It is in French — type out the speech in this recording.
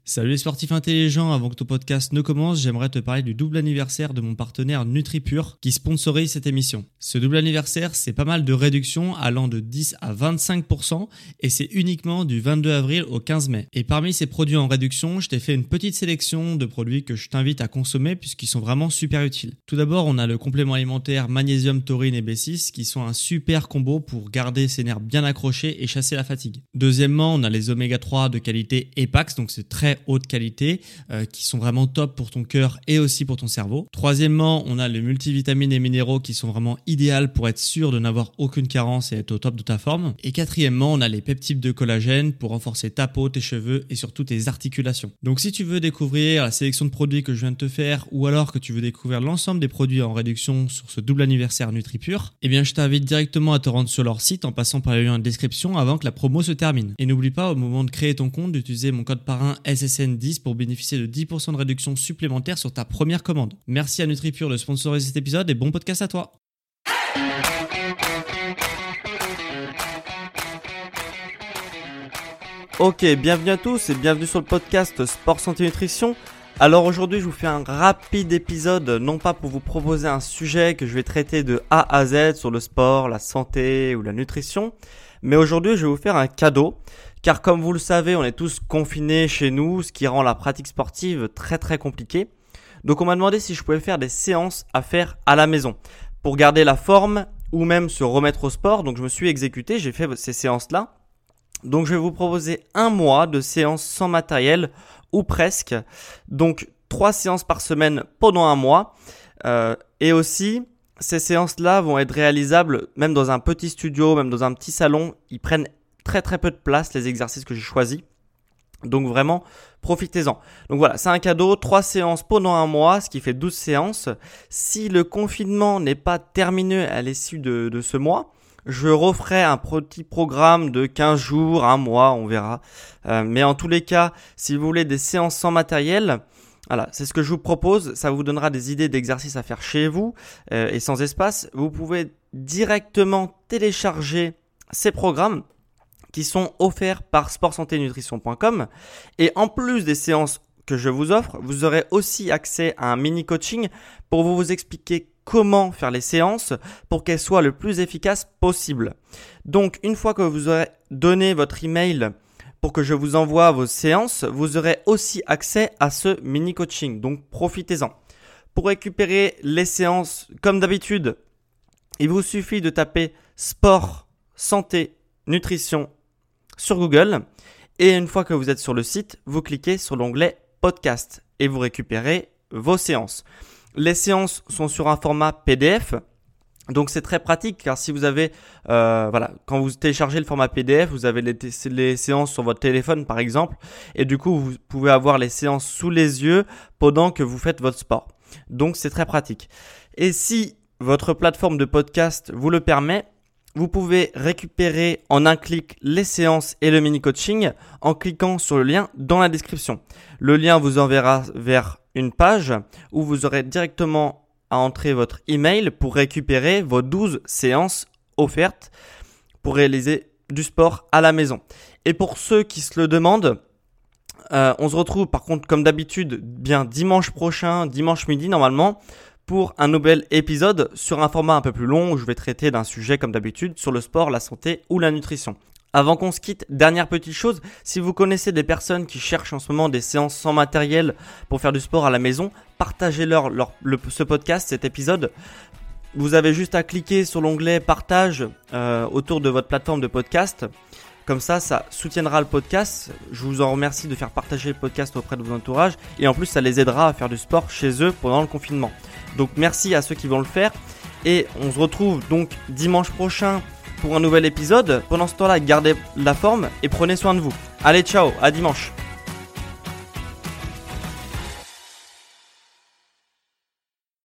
Salut les sportifs intelligents, avant que ton podcast ne commence, j'aimerais te parler du double anniversaire de mon partenaire NutriPure qui sponsorise cette émission. Ce double anniversaire, c'est pas mal de réductions allant de 10 à 25% et c'est uniquement du 22 avril au 15 mai. Et parmi ces produits en réduction, je t'ai fait une petite sélection de produits que je t'invite à consommer puisqu'ils sont vraiment super utiles. Tout d'abord, on a le complément alimentaire magnésium, taurine et B6 qui sont un super combo pour garder ses nerfs bien accrochés et chasser la fatigue. Deuxièmement, on a les oméga 3 de qualité EPAX, donc c'est très haute qualité, qui sont vraiment top pour ton cœur et aussi pour ton cerveau. Troisièmement, on a les multivitamines et minéraux qui sont vraiment idéales pour être sûr de n'avoir aucune carence et être au top de ta forme. Et quatrièmement, on a les peptides de collagène pour renforcer ta peau, tes cheveux et surtout tes articulations. Donc si tu veux découvrir la sélection de produits que je viens de te faire ou alors que tu veux découvrir l'ensemble des produits en réduction sur ce double anniversaire NutriPure, eh bien je t'invite directement à te rendre sur leur site en passant par le lien de description avant que la promo se termine. Et n'oublie pas au moment de créer ton compte d'utiliser mon code parrain SSN10 pour bénéficier de 10% de réduction supplémentaire sur ta première commande. Merci à NutriPure de sponsoriser cet épisode et bon podcast à toi. Ok, bienvenue à tous et bienvenue sur le podcast Sport Santé Nutrition. Alors aujourd'hui je vous fais un rapide épisode, non pas pour vous proposer un sujet que je vais traiter de A à Z sur le sport, la santé ou la nutrition, mais aujourd'hui je vais vous faire un cadeau. Car comme vous le savez, on est tous confinés chez nous, ce qui rend la pratique sportive très compliquée. Donc on m'a demandé si je pouvais faire des séances à faire à la maison pour garder la forme ou même se remettre au sport. Donc je me suis exécuté, j'ai fait ces séances-là. Donc je vais vous proposer un mois de séances sans matériel ou presque. Donc 3 séances par semaine pendant un mois. Et aussi, ces séances-là vont être réalisables même dans un petit studio, même dans un petit salon. Ils prennent très peu de place, les exercices que j'ai choisis. Donc vraiment, profitez-en. Donc voilà, c'est un cadeau, 3 séances pendant un mois, ce qui fait 12 séances. Si le confinement n'est pas terminé à l'issue de ce mois, je referai un petit programme de 15 jours, un mois, on verra. Mais en tous les cas, si vous voulez des séances sans matériel, voilà, c'est ce que je vous propose. Ça vous donnera des idées d'exercices à faire chez vous et sans espace. Vous pouvez directement télécharger ces programmes qui sont offerts par sportsanténutrition.com. Et en plus des séances que je vous offre, vous aurez aussi accès à un mini coaching pour vous expliquer comment faire les séances pour qu'elles soient le plus efficaces possible. Donc, une fois que vous aurez donné votre email pour que je vous envoie vos séances, vous aurez aussi accès à ce mini coaching. Donc, profitez-en. Pour récupérer les séances, comme d'habitude, il vous suffit de taper sport, santé, nutrition sur Google et une fois que vous êtes sur le site, vous cliquez sur l'onglet podcast et vous récupérez vos séances. Les séances sont sur un format PDF, donc c'est très pratique car si vous avez, quand vous téléchargez le format PDF, vous avez les séances sur votre téléphone par exemple et du coup vous pouvez avoir les séances sous les yeux pendant que vous faites votre sport. Donc c'est très pratique. Et si votre plateforme de podcast vous le permet, vous pouvez récupérer en un clic les séances et le mini-coaching en cliquant sur le lien dans la description. Le lien vous enverra vers une page où vous aurez directement à entrer votre email pour récupérer vos 12 séances offertes pour réaliser du sport à la maison. Et pour ceux qui se le demandent, on se retrouve par contre comme d'habitude bien dimanche prochain, dimanche midi normalement, pour un nouvel épisode sur un format un peu plus long où je vais traiter d'un sujet comme d'habitude sur le sport, la santé ou la nutrition. Avant qu'on se quitte, dernière petite chose, si vous connaissez des personnes qui cherchent en ce moment des séances sans matériel pour faire du sport à la maison, partagez-leur ce podcast, cet épisode. Vous avez juste à cliquer sur l'onglet partage autour de votre plateforme de podcast. Comme ça soutiendra le podcast. Je vous en remercie de faire partager le podcast auprès de vos entourages. Et en plus, ça les aidera à faire du sport chez eux pendant le confinement. Donc merci à ceux qui vont le faire. Et on se retrouve donc dimanche prochain pour un nouvel épisode. Pendant ce temps-là, gardez la forme et prenez soin de vous. Allez, ciao, à dimanche.